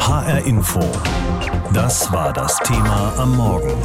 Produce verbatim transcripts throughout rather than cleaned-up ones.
H R Info. Das war das Thema am Morgen.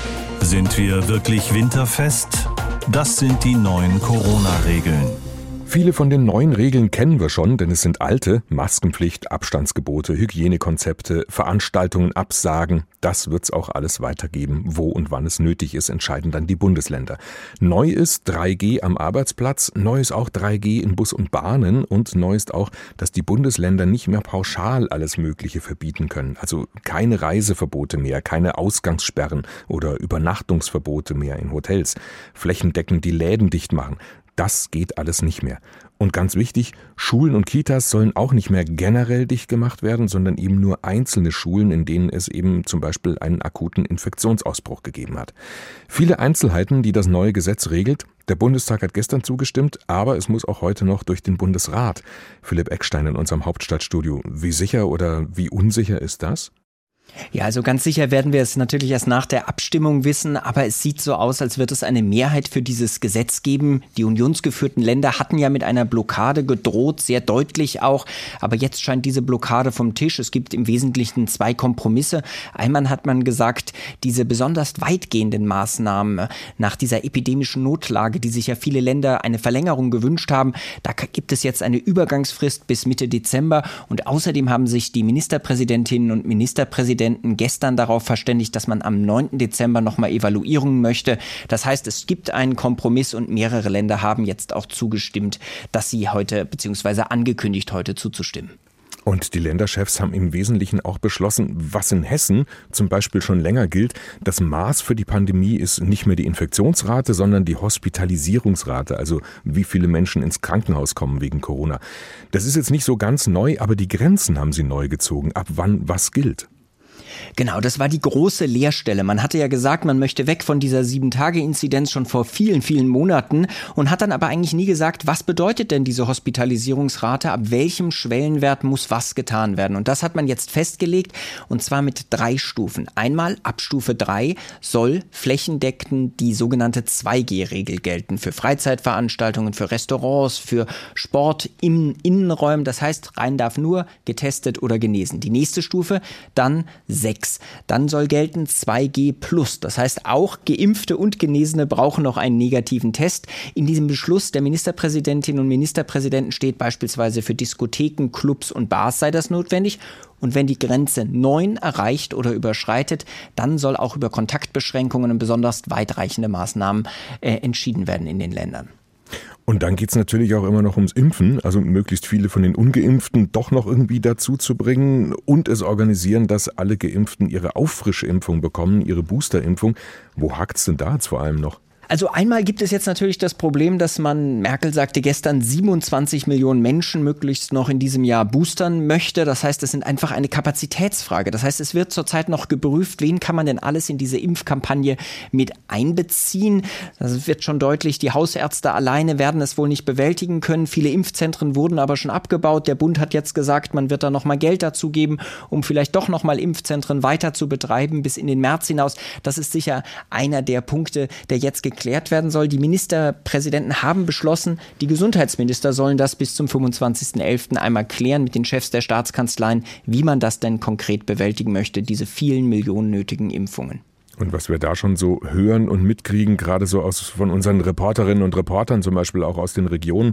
Sind wir wirklich winterfest? Das sind die neuen Corona-Regeln. Viele von den neuen Regeln kennen wir schon, denn es sind alte: Maskenpflicht, Abstandsgebote, Hygienekonzepte, Veranstaltungen absagen. Das wird's auch alles weitergeben. Wo und wann es nötig ist, entscheiden dann die Bundesländer. Neu ist drei G am Arbeitsplatz, neu ist auch drei G in Bus und Bahnen und neu ist auch, dass die Bundesländer nicht mehr pauschal alles Mögliche verbieten können. Also keine Reiseverbote mehr, keine Ausgangssperren oder Übernachtungsverbote mehr in Hotels, flächendeckend die Läden dicht machen. Das geht alles nicht mehr. Und ganz wichtig, Schulen und Kitas sollen auch nicht mehr generell dicht gemacht werden, sondern eben nur einzelne Schulen, in denen es eben zum Beispiel einen akuten Infektionsausbruch gegeben hat. Viele Einzelheiten, die das neue Gesetz regelt. Der Bundestag hat gestern zugestimmt, aber es muss auch heute noch durch den Bundesrat. Philipp Eckstein in unserem Hauptstadtstudio. Wie sicher oder wie unsicher ist das? Ja, also ganz sicher werden wir es natürlich erst nach der Abstimmung wissen, aber es sieht so aus, als wird es eine Mehrheit für dieses Gesetz geben. Die unionsgeführten Länder hatten ja mit einer Blockade gedroht, sehr deutlich auch, aber jetzt scheint diese Blockade vom Tisch. Es gibt im Wesentlichen zwei Kompromisse. Einmal hat man gesagt, diese besonders weitgehenden Maßnahmen nach dieser epidemischen Notlage, die sich ja viele Länder eine Verlängerung gewünscht haben, da gibt es jetzt eine Übergangsfrist bis Mitte Dezember und außerdem haben sich die Ministerpräsidentinnen und Ministerpräsidenten gestern darauf verständigt, dass man am neunten Dezember nochmal Evaluierungen möchte. Das heißt, es gibt einen Kompromiss und mehrere Länder haben jetzt auch zugestimmt, dass sie heute bzw. angekündigt, heute zuzustimmen. Und die Länderchefs haben im Wesentlichen auch beschlossen, was in Hessen zum Beispiel schon länger gilt. Das Maß für die Pandemie ist nicht mehr die Infektionsrate, sondern die Hospitalisierungsrate, also wie viele Menschen ins Krankenhaus kommen wegen Corona. Das ist jetzt nicht so ganz neu, aber die Grenzen haben sie neu gezogen, ab wann was gilt. Genau, das war die große Leerstelle. Man hatte ja gesagt, man möchte weg von dieser sieben-Tage-Inzidenz schon vor vielen, vielen Monaten und hat dann aber eigentlich nie gesagt, was bedeutet denn diese Hospitalisierungsrate, ab welchem Schwellenwert muss was getan werden. Und das hat man jetzt festgelegt und zwar mit drei Stufen. Einmal ab Stufe drei soll flächendeckend die sogenannte zwei G Regel gelten für Freizeitveranstaltungen, für Restaurants, für Sport im Innenräumen. Das heißt, rein darf nur getestet oder genesen. Die nächste Stufe dann sechs. Dann soll gelten zwei G plus. Das heißt, auch Geimpfte und Genesene brauchen noch einen negativen Test. In diesem Beschluss der Ministerpräsidentinnen und Ministerpräsidenten steht beispielsweise für Diskotheken, Clubs und Bars sei das notwendig. Und wenn die Grenze neun erreicht oder überschreitet, dann soll auch über Kontaktbeschränkungen und besonders weitreichende Maßnahmen äh, entschieden werden in den Ländern. Und dann geht's natürlich auch immer noch ums Impfen, also möglichst viele von den Ungeimpften doch noch irgendwie dazu zu bringen und es organisieren, dass alle Geimpften ihre Auffrischimpfung bekommen, ihre Boosterimpfung. Wo hakt's denn da jetzt vor allem noch? Also einmal gibt es jetzt natürlich das Problem, dass man, Merkel sagte gestern, siebenundzwanzig Millionen Menschen möglichst noch in diesem Jahr boostern möchte. Das heißt, es sind einfach eine Kapazitätsfrage. Das heißt, es wird zurzeit noch geprüft, wen kann man denn alles in diese Impfkampagne mit einbeziehen. Das wird schon deutlich, die Hausärzte alleine werden es wohl nicht bewältigen können. Viele Impfzentren wurden aber schon abgebaut. Der Bund hat jetzt gesagt, man wird da nochmal Geld dazu geben, um vielleicht doch nochmal Impfzentren weiter zu betreiben bis in den März hinaus. Das ist sicher einer der Punkte, der jetzt geklärt geklärt werden soll. Die Ministerpräsidenten haben beschlossen, die Gesundheitsminister sollen das bis zum fünfundzwanzigsten elften einmal klären mit den Chefs der Staatskanzleien, wie man das denn konkret bewältigen möchte, diese vielen Millionen nötigen Impfungen. Und was wir da schon so hören und mitkriegen, gerade so aus von unseren Reporterinnen und Reportern, zum Beispiel auch aus den Regionen,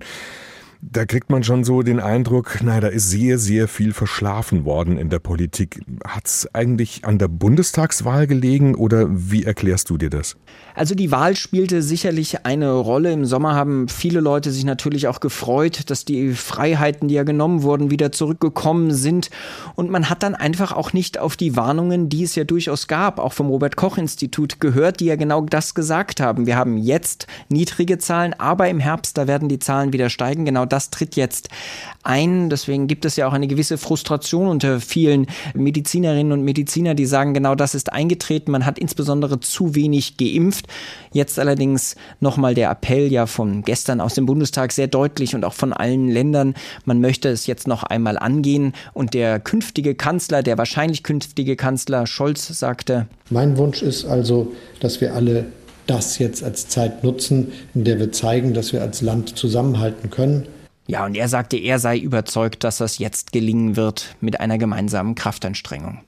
da kriegt man schon so den Eindruck, naja, da ist sehr, sehr viel verschlafen worden in der Politik. Hat's eigentlich an der Bundestagswahl gelegen oder wie erklärst du dir das? Also die Wahl spielte sicherlich eine Rolle. Im Sommer haben viele Leute sich natürlich auch gefreut, dass die Freiheiten, die ja genommen wurden, wieder zurückgekommen sind. Und man hat dann einfach auch nicht auf die Warnungen, die es ja durchaus gab, auch vom Robert-Koch-Institut gehört, die ja genau das gesagt haben. Wir haben jetzt niedrige Zahlen, aber im Herbst, da werden die Zahlen wieder steigen. Genau das tritt jetzt ein. Deswegen gibt es ja auch eine gewisse Frustration unter vielen Medizinerinnen und Medizinern, die sagen, genau das ist eingetreten. Man hat insbesondere zu wenig geimpft. Jetzt allerdings nochmal der Appell ja von gestern aus dem Bundestag sehr deutlich und auch von allen Ländern. Man möchte es jetzt noch einmal angehen. Und der künftige Kanzler, der wahrscheinlich künftige Kanzler Scholz sagte: Mein Wunsch ist also, dass wir alle das jetzt als Zeit nutzen, in der wir zeigen, dass wir als Land zusammenhalten können. Ja, und er sagte, er sei überzeugt, dass das jetzt gelingen wird mit einer gemeinsamen Kraftanstrengung.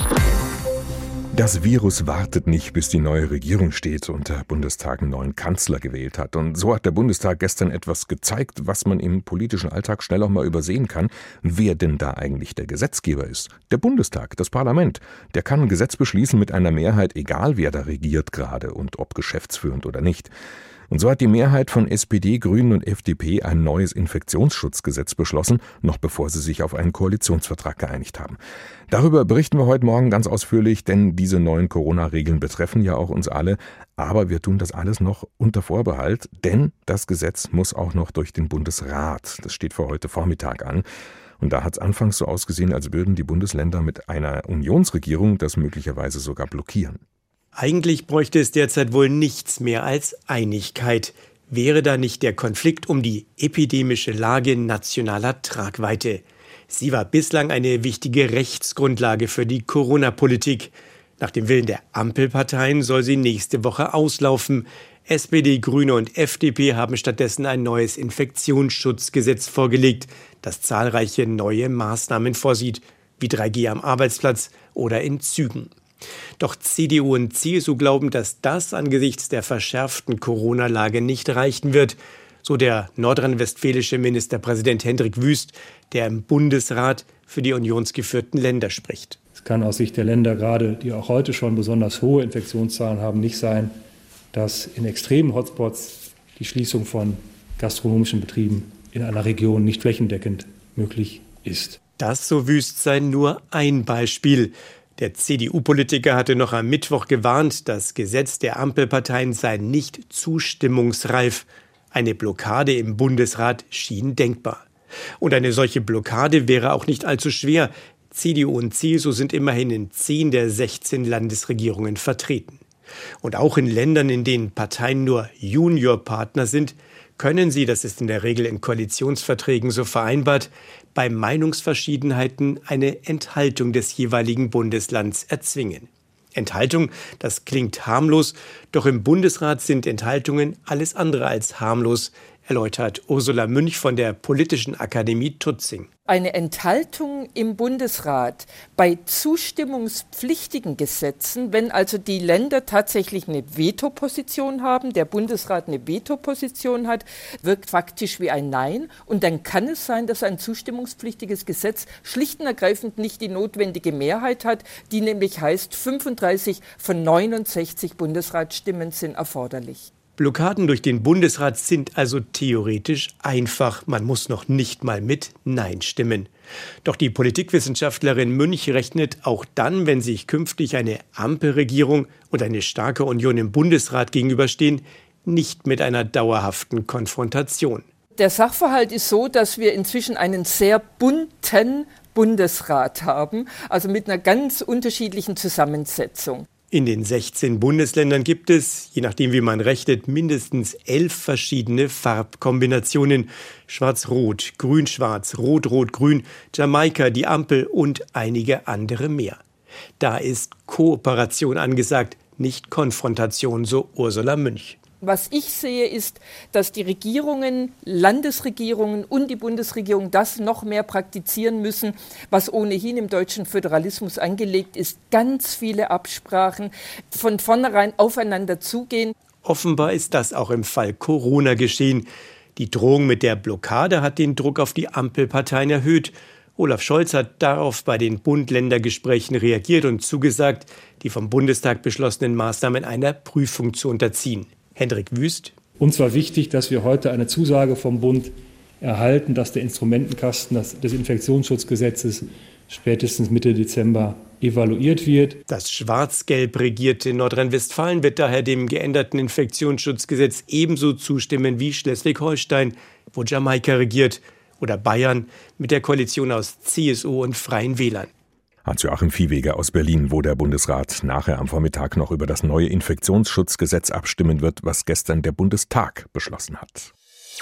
Das Virus wartet nicht, bis die neue Regierung steht und der Bundestag einen neuen Kanzler gewählt hat. Und so hat der Bundestag gestern etwas gezeigt, was man im politischen Alltag schnell auch mal übersehen kann, wer denn da eigentlich der Gesetzgeber ist. Der Bundestag, das Parlament, der kann ein Gesetz beschließen mit einer Mehrheit, egal wer da regiert gerade und ob geschäftsführend oder nicht. Und so hat die Mehrheit von S P D, Grünen und F D P ein neues Infektionsschutzgesetz beschlossen, noch bevor sie sich auf einen Koalitionsvertrag geeinigt haben. Darüber berichten wir heute Morgen ganz ausführlich, denn diese neuen Corona-Regeln betreffen ja auch uns alle. Aber wir tun das alles noch unter Vorbehalt, denn das Gesetz muss auch noch durch den Bundesrat. Das steht für heute Vormittag an. Und da hat es anfangs so ausgesehen, als würden die Bundesländer mit einer Unionsregierung das möglicherweise sogar blockieren. Eigentlich bräuchte es derzeit wohl nichts mehr als Einigkeit. Wäre da nicht der Konflikt um die epidemische Lage nationaler Tragweite? Sie war bislang eine wichtige Rechtsgrundlage für die Corona-Politik. Nach dem Willen der Ampelparteien soll sie nächste Woche auslaufen. S P D, Grüne und F D P haben stattdessen ein neues Infektionsschutzgesetz vorgelegt, das zahlreiche neue Maßnahmen vorsieht, wie drei G am Arbeitsplatz oder in Zügen. Doch C D U und C S U glauben, dass das angesichts der verschärften Corona-Lage nicht reichen wird, so der nordrhein-westfälische Ministerpräsident Hendrik Wüst, der im Bundesrat für die unionsgeführten Länder spricht. Es kann aus Sicht der Länder, gerade die auch heute schon besonders hohe Infektionszahlen haben, nicht sein, dass in extremen Hotspots die Schließung von gastronomischen Betrieben in einer Region nicht flächendeckend möglich ist. Das, so Wüst, sei nur ein Beispiel. Der C D U-Politiker hatte noch am Mittwoch gewarnt, das Gesetz der Ampelparteien sei nicht zustimmungsreif. Eine Blockade im Bundesrat schien denkbar. Und eine solche Blockade wäre auch nicht allzu schwer. C D U und C S U sind immerhin in zehn der sechzehn Landesregierungen vertreten. Und auch in Ländern, in denen Parteien nur Juniorpartner sind, können sie, das ist in der Regel in Koalitionsverträgen so vereinbart, bei Meinungsverschiedenheiten eine Enthaltung des jeweiligen Bundeslands erzwingen. Enthaltung, das klingt harmlos, doch im Bundesrat sind Enthaltungen alles andere als harmlos, erläutert Ursula Münch von der Politischen Akademie Tutzing. Eine Enthaltung im Bundesrat bei zustimmungspflichtigen Gesetzen, wenn also die Länder tatsächlich eine Vetoposition haben, der Bundesrat eine Vetoposition hat, wirkt faktisch wie ein Nein. Und dann kann es sein, dass ein zustimmungspflichtiges Gesetz schlicht und ergreifend nicht die notwendige Mehrheit hat, die nämlich heißt, fünfunddreißig von neunundsechzig Bundesratsstimmen sind erforderlich. Blockaden durch den Bundesrat sind also theoretisch einfach. Man muss noch nicht mal mit Nein stimmen. Doch die Politikwissenschaftlerin Münch rechnet auch dann, wenn sich künftig eine Ampelregierung und eine starke Union im Bundesrat gegenüberstehen, nicht mit einer dauerhaften Konfrontation. Der Sachverhalt ist so, dass wir inzwischen einen sehr bunten Bundesrat haben, also mit einer ganz unterschiedlichen Zusammensetzung. In den sechzehn Bundesländern gibt es, je nachdem wie man rechnet, mindestens elf verschiedene Farbkombinationen. Schwarz-Rot, Grün-Schwarz, Rot-Rot-Grün, Jamaika, die Ampel und einige andere mehr. Da ist Kooperation angesagt, nicht Konfrontation, so Ursula Münch. Was ich sehe, ist, dass die Regierungen, Landesregierungen und die Bundesregierung das noch mehr praktizieren müssen, was ohnehin im deutschen Föderalismus angelegt ist. Ganz viele Absprachen, von vornherein aufeinander zugehen. Offenbar ist das auch im Fall Corona geschehen. Die Drohung mit der Blockade hat den Druck auf die Ampelparteien erhöht. Olaf Scholz hat darauf bei den Bund-Länder-Gesprächen reagiert und zugesagt, die vom Bundestag beschlossenen Maßnahmen einer Prüfung zu unterziehen. Hendrik Wüst. Uns war wichtig, dass wir heute eine Zusage vom Bund erhalten, dass der Instrumentenkasten des Infektionsschutzgesetzes spätestens Mitte Dezember evaluiert wird. Das schwarz-gelb regierte Nordrhein-Westfalen wird daher dem geänderten Infektionsschutzgesetz ebenso zustimmen wie Schleswig-Holstein, wo Jamaika regiert, oder Bayern mit der Koalition aus C S U und Freien Wählern. Hans-Joachim Viehweger aus Berlin, wo der Bundesrat nachher am Vormittag noch über das neue Infektionsschutzgesetz abstimmen wird, was gestern der Bundestag beschlossen hat.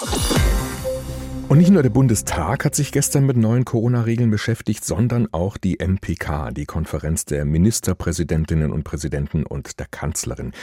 Und nicht nur der Bundestag hat sich gestern mit neuen Corona-Regeln beschäftigt, sondern auch die M P K, die Konferenz der Ministerpräsidentinnen und Präsidenten und der Kanzlerin.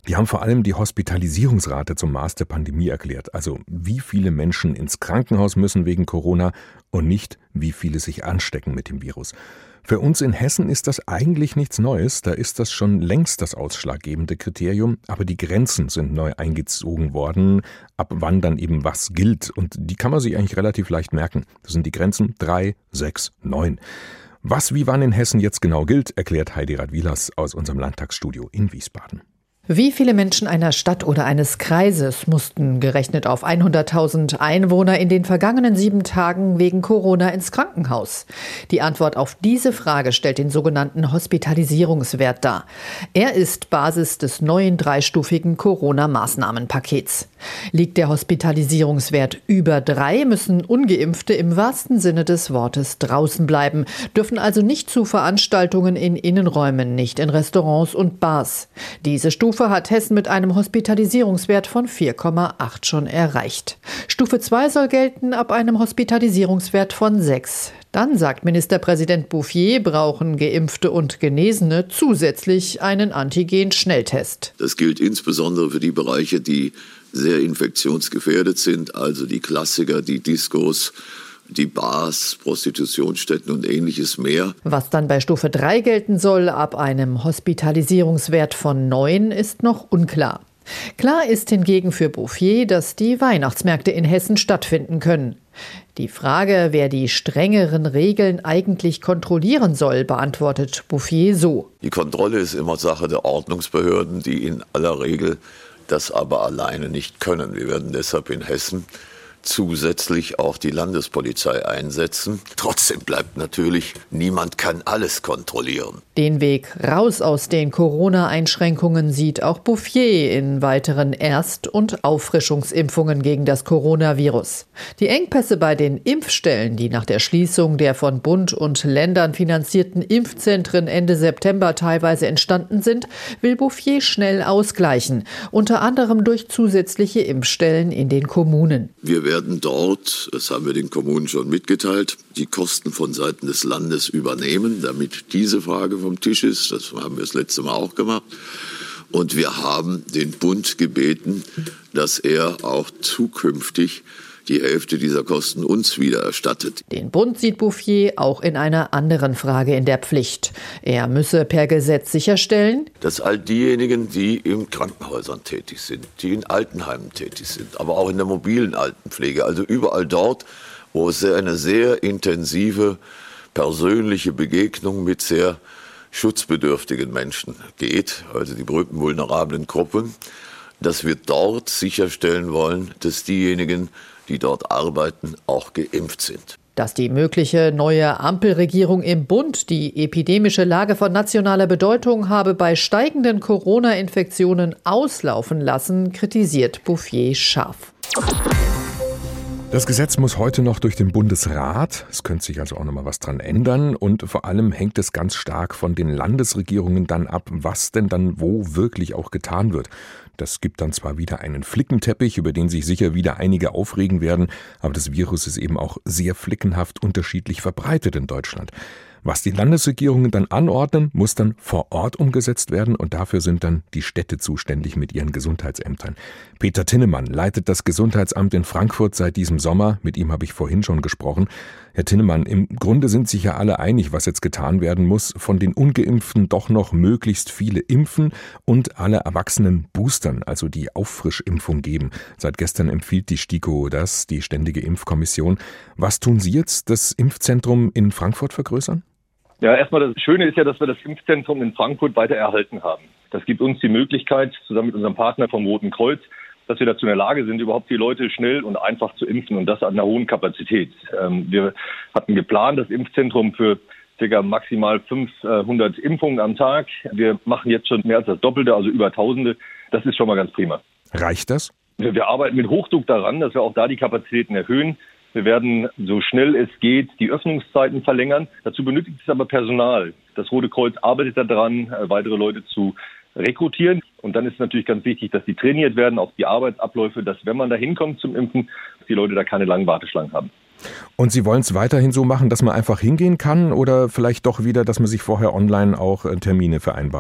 Die haben vor allem die Hospitalisierungsrate zum Maß der Pandemie erklärt. Also wie viele Menschen ins Krankenhaus müssen wegen Corona und nicht, wie viele sich anstecken mit dem Virus. Für uns in Hessen ist das eigentlich nichts Neues. Da ist das schon längst das ausschlaggebende Kriterium. Aber die Grenzen sind neu eingezogen worden, ab wann dann eben was gilt. Und die kann man sich eigentlich relativ leicht merken. Das sind die Grenzen drei, sechs, neun. Was wie wann in Hessen jetzt genau gilt, erklärt Heidi Radwilas aus unserem Landtagsstudio in Wiesbaden. Wie viele Menschen einer Stadt oder eines Kreises mussten, gerechnet auf hunderttausend Einwohner, in den vergangenen sieben Tagen wegen Corona ins Krankenhaus? Die Antwort auf diese Frage stellt den sogenannten Hospitalisierungswert dar. Er ist Basis des neuen dreistufigen Corona-Maßnahmenpakets. Liegt der Hospitalisierungswert über drei, müssen Ungeimpfte im wahrsten Sinne des Wortes draußen bleiben, dürfen also nicht zu Veranstaltungen in Innenräumen, nicht in Restaurants und Bars. Diese Stufe hat Hessen mit einem Hospitalisierungswert von vier Komma acht schon erreicht. Stufe zwei soll gelten ab einem Hospitalisierungswert von sechs. Dann, sagt Ministerpräsident Bouffier, brauchen Geimpfte und Genesene zusätzlich einen Antigen-Schnelltest. Das gilt insbesondere für die Bereiche, die sehr infektionsgefährdet sind, also die Klassiker, die Diskos, die Bars, Prostitutionsstätten und ähnliches mehr. Was dann bei Stufe drei gelten soll, ab einem Hospitalisierungswert von neun, ist noch unklar. Klar ist hingegen für Bouffier, dass die Weihnachtsmärkte in Hessen stattfinden können. Die Frage, wer die strengeren Regeln eigentlich kontrollieren soll, beantwortet Bouffier so. Die Kontrolle ist immer Sache der Ordnungsbehörden, die in aller Regel das aber alleine nicht können. Wir werden deshalb in Hessen zusätzlich auch die Landespolizei einsetzen. Trotzdem bleibt natürlich, niemand kann alles kontrollieren. Den Weg raus aus den Corona-Einschränkungen sieht auch Bouffier in weiteren Erst- und Auffrischungsimpfungen gegen das Coronavirus. Die Engpässe bei den Impfstellen, die nach der Schließung der von Bund und Ländern finanzierten Impfzentren Ende September teilweise entstanden sind, will Bouffier schnell ausgleichen, unter anderem durch zusätzliche Impfstellen in den Kommunen. Wir werden werden dort, das haben wir den Kommunen schon mitgeteilt, die Kosten von Seiten des Landes übernehmen, damit diese Frage vom Tisch ist. Das haben wir das letzte Mal auch gemacht. Und wir haben den Bund gebeten, dass er auch zukünftig die Hälfte dieser Kosten uns wieder erstattet. Den Bund sieht Bouffier auch in einer anderen Frage in der Pflicht. Er müsse per Gesetz sicherstellen, dass all diejenigen, die in Krankenhäusern tätig sind, die in Altenheimen tätig sind, aber auch in der mobilen Altenpflege, also überall dort, wo es eine sehr intensive persönliche Begegnung mit sehr schutzbedürftigen Menschen geht, also die berühmten vulnerablen Gruppen, dass wir dort sicherstellen wollen, dass diejenigen, die dort arbeiten, auch geimpft sind. Dass die mögliche neue Ampelregierung im Bund die epidemische Lage von nationaler Bedeutung habe bei steigenden Corona-Infektionen auslaufen lassen, kritisiert Bouffier scharf. Das Gesetz muss heute noch durch den Bundesrat. Es könnte sich also auch noch mal was dran ändern. Und vor allem hängt es ganz stark von den Landesregierungen dann ab, was denn dann wo wirklich auch getan wird. Das gibt dann zwar wieder einen Flickenteppich, über den sich sicher wieder einige aufregen werden, aber das Virus ist eben auch sehr flickenhaft unterschiedlich verbreitet in Deutschland. Was die Landesregierungen dann anordnen, muss dann vor Ort umgesetzt werden und dafür sind dann die Städte zuständig mit ihren Gesundheitsämtern. Peter Tinnemann leitet das Gesundheitsamt in Frankfurt seit diesem Sommer. Mit ihm habe ich vorhin schon gesprochen. Herr Tinnemann, im Grunde sind sich ja alle einig, was jetzt getan werden muss. Von den Ungeimpften doch noch möglichst viele impfen und alle Erwachsenen boostern, also die Auffrischimpfung geben. Seit gestern empfiehlt die STIKO das, die Ständige Impfkommission. Was tun Sie jetzt, das Impfzentrum in Frankfurt vergrößern? Ja, erstmal das Schöne ist ja, dass wir das Impfzentrum in Frankfurt weiter erhalten haben. Das gibt uns die Möglichkeit, zusammen mit unserem Partner vom Roten Kreuz, dass wir dazu in der Lage sind, überhaupt die Leute schnell und einfach zu impfen und das an einer hohen Kapazität. Ähm, wir hatten geplant, das Impfzentrum für ca. maximal fünfhundert Impfungen am Tag. Wir machen jetzt schon mehr als das Doppelte, also über Tausende. Das ist schon mal ganz prima. Reicht das? Wir, wir arbeiten mit Hochdruck daran, dass wir auch da die Kapazitäten erhöhen. Wir werden, so schnell es geht, die Öffnungszeiten verlängern. Dazu benötigt es aber Personal. Das Rote Kreuz arbeitet daran, weitere Leute zu rekrutieren. Und dann ist natürlich ganz wichtig, dass die trainiert werden auf die Arbeitsabläufe, dass, wenn man da hinkommt zum Impfen, die Leute da keine langen Warteschlangen haben. Und Sie wollen es weiterhin so machen, dass man einfach hingehen kann oder vielleicht doch wieder, dass man sich vorher online auch Termine vereinbart?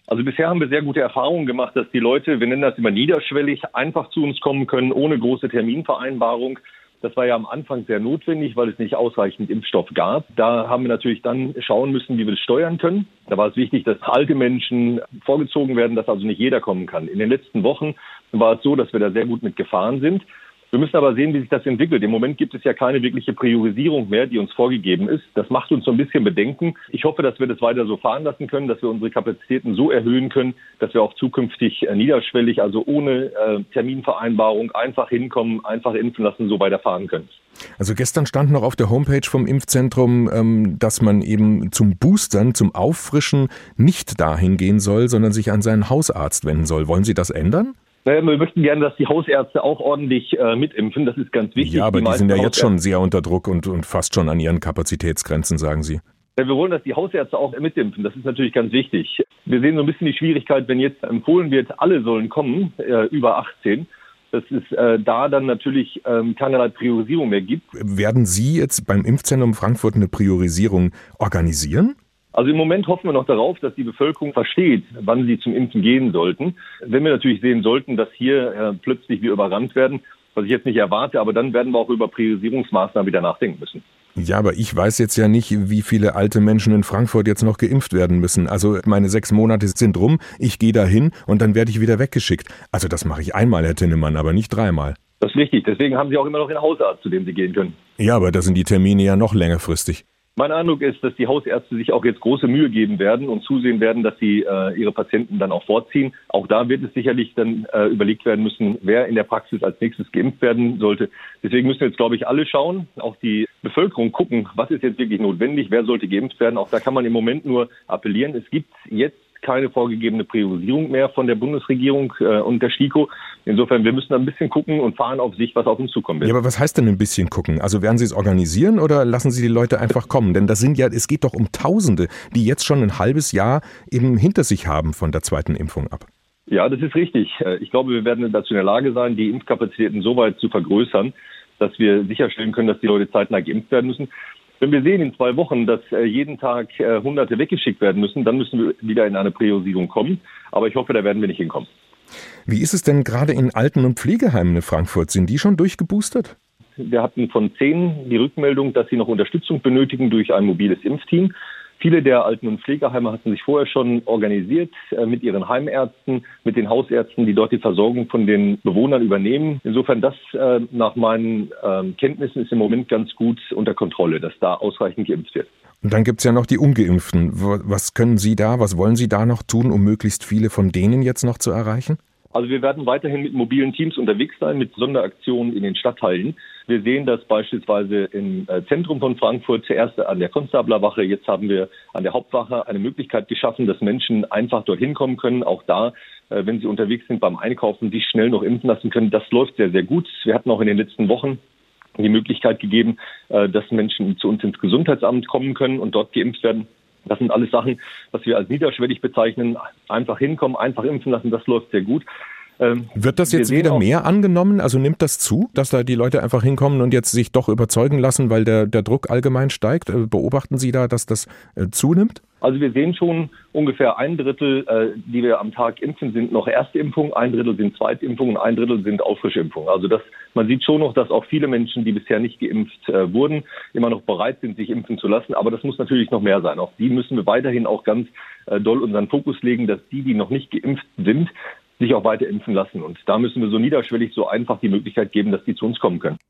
Also bisher haben wir sehr gute Erfahrungen gemacht, dass die Leute, wir nennen das immer niederschwellig, einfach zu uns kommen können, ohne große Terminvereinbarung. Das war ja am Anfang sehr notwendig, weil es nicht ausreichend Impfstoff gab. Da haben wir natürlich dann schauen müssen, wie wir das steuern können. Da war es wichtig, dass alte Menschen vorgezogen werden, dass also nicht jeder kommen kann. In den letzten Wochen war es so, dass wir da sehr gut mit gefahren sind. Wir müssen aber sehen, wie sich das entwickelt. Im Moment gibt es ja keine wirkliche Priorisierung mehr, die uns vorgegeben ist. Das macht uns so ein bisschen Bedenken. Ich hoffe, dass wir das weiter so fahren lassen können, dass wir unsere Kapazitäten so erhöhen können, dass wir auch zukünftig äh, niederschwellig, also ohne äh, Terminvereinbarung, einfach hinkommen, einfach impfen lassen, so weiterfahren können. Also gestern stand noch auf der Homepage vom Impfzentrum, ähm, dass man eben zum Boostern, zum Auffrischen nicht dahin gehen soll, sondern sich an seinen Hausarzt wenden soll. Wollen Sie das ändern? Naja, wir möchten gerne, dass die Hausärzte auch ordentlich äh, mitimpfen. Das ist ganz wichtig. Ja, aber die, die sind ja jetzt Hausärzte schon sehr unter Druck und, und fast schon an ihren Kapazitätsgrenzen, sagen Sie. Ja, wir wollen, dass die Hausärzte auch mitimpfen. Das ist natürlich ganz wichtig. Wir sehen so ein bisschen die Schwierigkeit, wenn jetzt empfohlen wird, alle sollen kommen, äh, über achtzehn, dass es äh, da dann natürlich ähm, keinerlei Priorisierung mehr gibt. Werden Sie jetzt beim Impfzentrum Frankfurt eine Priorisierung organisieren? Also im Moment hoffen wir noch darauf, dass die Bevölkerung versteht, wann sie zum Impfen gehen sollten. Wenn wir natürlich sehen sollten, dass hier äh, plötzlich wir überrannt werden, was ich jetzt nicht erwarte, aber dann werden wir auch über Priorisierungsmaßnahmen wieder nachdenken müssen. Ja, aber ich weiß jetzt ja nicht, wie viele alte Menschen in Frankfurt jetzt noch geimpft werden müssen. Also meine sechs Monate sind rum, ich gehe da hin und dann werde ich wieder weggeschickt. Also das mache ich einmal, Herr Tinnemann, aber nicht dreimal. Das ist richtig. Deswegen haben Sie auch immer noch einen Hausarzt, zu dem Sie gehen können. Ja, aber da sind die Termine ja noch längerfristig. Mein Eindruck ist, dass die Hausärzte sich auch jetzt große Mühe geben werden und zusehen werden, dass sie äh, ihre Patienten dann auch vorziehen. Auch da wird es sicherlich dann äh, überlegt werden müssen, wer in der Praxis als nächstes geimpft werden sollte. Deswegen müssen jetzt, glaube ich, alle schauen, auch die Bevölkerung gucken, was ist jetzt wirklich notwendig, wer sollte geimpft werden. Auch da kann man im Moment nur appellieren. Es gibt jetzt keine vorgegebene Priorisierung mehr von der Bundesregierung äh, und der STIKO. Insofern, wir müssen ein bisschen gucken und fahren auf sich, was auf uns zukommen wird. Ja, aber was heißt denn ein bisschen gucken? Also werden Sie es organisieren oder lassen Sie die Leute einfach kommen? Denn das sind ja, es geht doch um Tausende, die jetzt schon ein halbes Jahr eben hinter sich haben von der zweiten Impfung ab. Ja, das ist richtig. Ich glaube, wir werden dazu in der Lage sein, die Impfkapazitäten so weit zu vergrößern, dass wir sicherstellen können, dass die Leute zeitnah geimpft werden müssen. Wenn wir sehen in zwei Wochen, dass äh, jeden Tag äh, Hunderte weggeschickt werden müssen, dann müssen wir wieder in eine Priorisierung kommen. Aber ich hoffe, da werden wir nicht hinkommen. Wie ist es denn gerade in Alten- und Pflegeheimen in Frankfurt? Sind die schon durchgeboostert? Wir hatten von zehn die Rückmeldung, dass sie noch Unterstützung benötigen durch ein mobiles Impfteam. Viele der Alten- und Pflegeheime hatten sich vorher schon organisiert äh, mit ihren Heimärzten, mit den Hausärzten, die dort die Versorgung von den Bewohnern übernehmen. Insofern, das äh, nach meinen äh, Kenntnissen ist im Moment ganz gut unter Kontrolle, dass da ausreichend geimpft wird. Und dann gibt es ja noch die Ungeimpften. Was können Sie da, was wollen Sie da noch tun, um möglichst viele von denen jetzt noch zu erreichen? Also wir werden weiterhin mit mobilen Teams unterwegs sein, mit Sonderaktionen in den Stadtteilen. Wir sehen das beispielsweise im Zentrum von Frankfurt, zuerst an der Konstablerwache. Jetzt haben wir an der Hauptwache eine Möglichkeit geschaffen, dass Menschen einfach dorthin kommen können. Auch da, wenn sie unterwegs sind beim Einkaufen, sich schnell noch impfen lassen können. Das läuft sehr, sehr gut. Wir hatten auch in den letzten Wochen die Möglichkeit gegeben, dass Menschen zu uns ins Gesundheitsamt kommen können und dort geimpft werden. Das sind alles Sachen, was wir als niederschwellig bezeichnen. Einfach hinkommen, einfach impfen lassen, das läuft sehr gut. Ähm, Wird das jetzt wieder mehr angenommen? Also nimmt das zu, dass da die Leute einfach hinkommen und jetzt sich doch überzeugen lassen, weil der, der Druck allgemein steigt? Beobachten Sie da, dass das äh, zunimmt? Also wir sehen schon ungefähr ein Drittel, äh, die wir am Tag impfen, sind noch Erstimpfungen, ein Drittel sind Zweitimpfungen, ein Drittel sind Auffrischimpfungen. Also das, man sieht schon noch, dass auch viele Menschen, die bisher nicht geimpft äh, wurden, immer noch bereit sind, sich impfen zu lassen. Aber das muss natürlich noch mehr sein. Auf die müssen wir weiterhin auch ganz äh, doll unseren Fokus legen, dass die, die noch nicht geimpft sind, sich auch weiter impfen lassen. Und da müssen wir so niederschwellig, so einfach die Möglichkeit geben, dass die zu uns kommen können.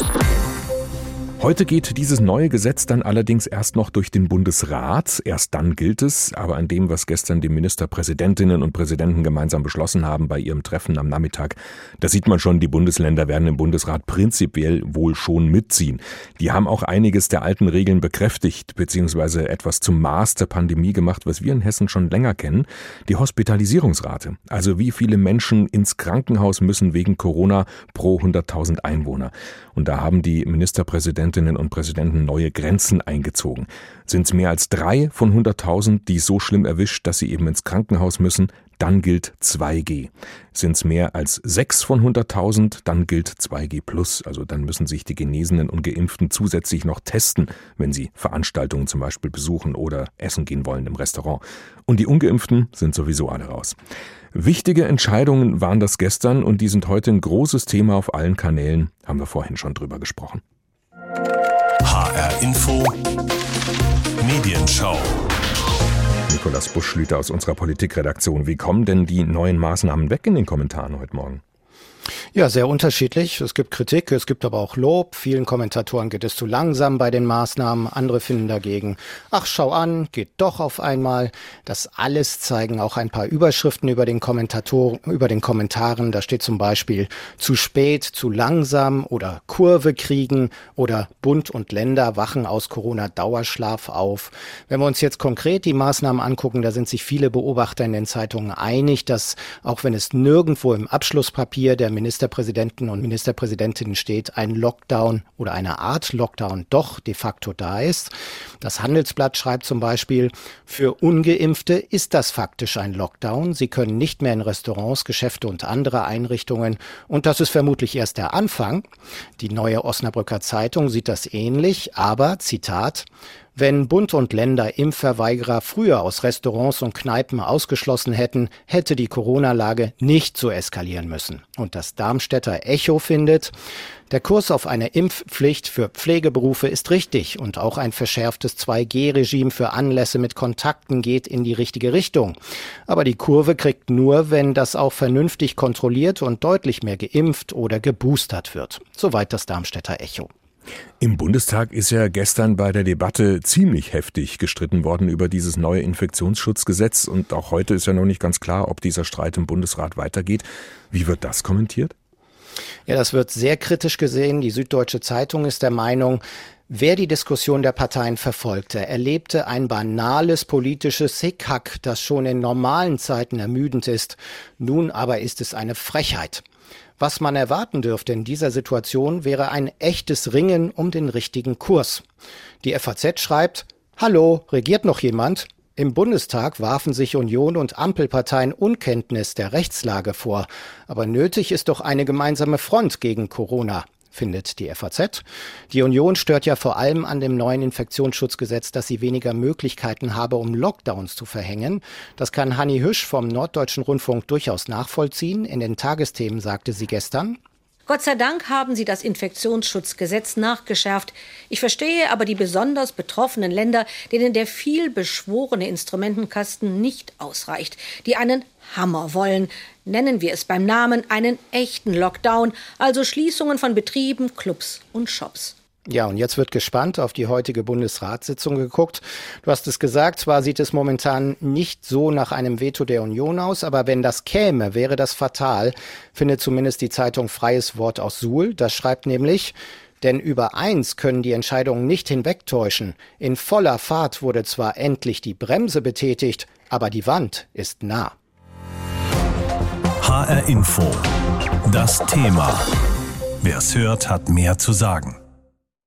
Heute geht dieses neue Gesetz dann allerdings erst noch durch den Bundesrat. Erst dann gilt es. Aber an dem, was gestern die Ministerpräsidentinnen und Präsidenten gemeinsam beschlossen haben bei ihrem Treffen am Nachmittag, da sieht man schon, die Bundesländer werden im Bundesrat prinzipiell wohl schon mitziehen. Die haben auch einiges der alten Regeln bekräftigt, beziehungsweise etwas zum Maß der Pandemie gemacht, was wir in Hessen schon länger kennen. Die Hospitalisierungsrate, also wie viele Menschen ins Krankenhaus müssen wegen Corona pro hunderttausend Einwohner. Und da haben die Ministerpräsidenten Präsidentinnen und Präsidenten neue Grenzen eingezogen. Sind es mehr als drei von hunderttausend, die so schlimm erwischt, dass sie eben ins Krankenhaus müssen, dann gilt zwei G. Sind es mehr als sechs von hunderttausend, dann gilt zwei G plus. Also dann müssen sich die Genesenen und Geimpften zusätzlich noch testen, wenn sie Veranstaltungen zum Beispiel besuchen oder essen gehen wollen im Restaurant. Und die Ungeimpften sind sowieso alle raus. Wichtige Entscheidungen waren das gestern und die sind heute ein großes Thema auf allen Kanälen. Haben wir vorhin schon drüber gesprochen. H R Info Medienschau. Nikolaus Buschlüter aus unserer Politikredaktion. Wie kommen denn die neuen Maßnahmen weg in den Kommentaren heute Morgen? Ja, sehr unterschiedlich. Es gibt Kritik, es gibt aber auch Lob. Vielen Kommentatoren geht es zu langsam bei den Maßnahmen. Andere finden dagegen, ach, schau an, geht doch auf einmal. Das alles zeigen auch ein paar Überschriften über den Kommentator, über den Kommentaren. Da steht zum Beispiel zu spät, zu langsam oder Kurve kriegen oder Bund und Länder wachen aus Corona-Dauerschlaf auf. Wenn wir uns jetzt konkret die Maßnahmen angucken, da sind sich viele Beobachter in den Zeitungen einig, dass auch wenn es nirgendwo im Abschlusspapier der Ministerpräsidenten und Ministerpräsidentinnen steht, ein Lockdown oder eine Art Lockdown doch de facto da ist. Das Handelsblatt schreibt zum Beispiel, für Ungeimpfte ist das faktisch ein Lockdown. Sie können nicht mehr in Restaurants, Geschäfte und andere Einrichtungen. Und das ist vermutlich erst der Anfang. Die Neue Osnabrücker Zeitung sieht das ähnlich, aber, Zitat, wenn Bund und Länder Impfverweigerer früher aus Restaurants und Kneipen ausgeschlossen hätten, hätte die Corona-Lage nicht so eskalieren müssen. Und das Darmstädter Echo findet, der Kurs auf eine Impfpflicht für Pflegeberufe ist richtig und auch ein verschärftes zwei G Regime für Anlässe mit Kontakten geht in die richtige Richtung. Aber die Kurve kriegt nur, wenn das auch vernünftig kontrolliert und deutlich mehr geimpft oder geboostert wird. Soweit das Darmstädter Echo. Im Bundestag ist ja gestern bei der Debatte ziemlich heftig gestritten worden über dieses neue Infektionsschutzgesetz und auch heute ist ja noch nicht ganz klar, ob dieser Streit im Bundesrat weitergeht. Wie wird das kommentiert? Ja, das wird sehr kritisch gesehen. Die Süddeutsche Zeitung ist der Meinung, wer die Diskussion der Parteien verfolgte, erlebte ein banales politisches Hickhack, das schon in normalen Zeiten ermüdend ist. Nun aber ist es eine Frechheit. Was man erwarten dürfte in dieser Situation wäre ein echtes Ringen um den richtigen Kurs. Die F A Z schreibt, hallo, regiert noch jemand? Im Bundestag warfen sich Union und Ampelparteien Unkenntnis der Rechtslage vor. Aber nötig ist doch eine gemeinsame Front gegen Corona, findet die F A Z. Die Union stört ja vor allem an dem neuen Infektionsschutzgesetz, dass sie weniger Möglichkeiten habe, um Lockdowns zu verhängen. Das kann Hanni Hüsch vom Norddeutschen Rundfunk durchaus nachvollziehen. In den Tagesthemen sagte sie gestern: Gott sei Dank haben sie das Infektionsschutzgesetz nachgeschärft. Ich verstehe aber die besonders betroffenen Länder, denen der viel beschworene Instrumentenkasten nicht ausreicht, die einen Hammer wollen. Nennen wir es beim Namen einen echten Lockdown, also Schließungen von Betrieben, Clubs und Shops. Ja, und jetzt wird gespannt auf die heutige Bundesratssitzung geguckt. Du hast es gesagt, zwar sieht es momentan nicht so nach einem Veto der Union aus, aber wenn das käme, wäre das fatal, findet zumindest die Zeitung Freies Wort aus Suhl. Das schreibt nämlich: Denn über eins können die Entscheidungen nicht hinwegtäuschen. In voller Fahrt wurde zwar endlich die Bremse betätigt, aber die Wand ist nah. H R Info. Das Thema. Wer es hört, hat mehr zu sagen.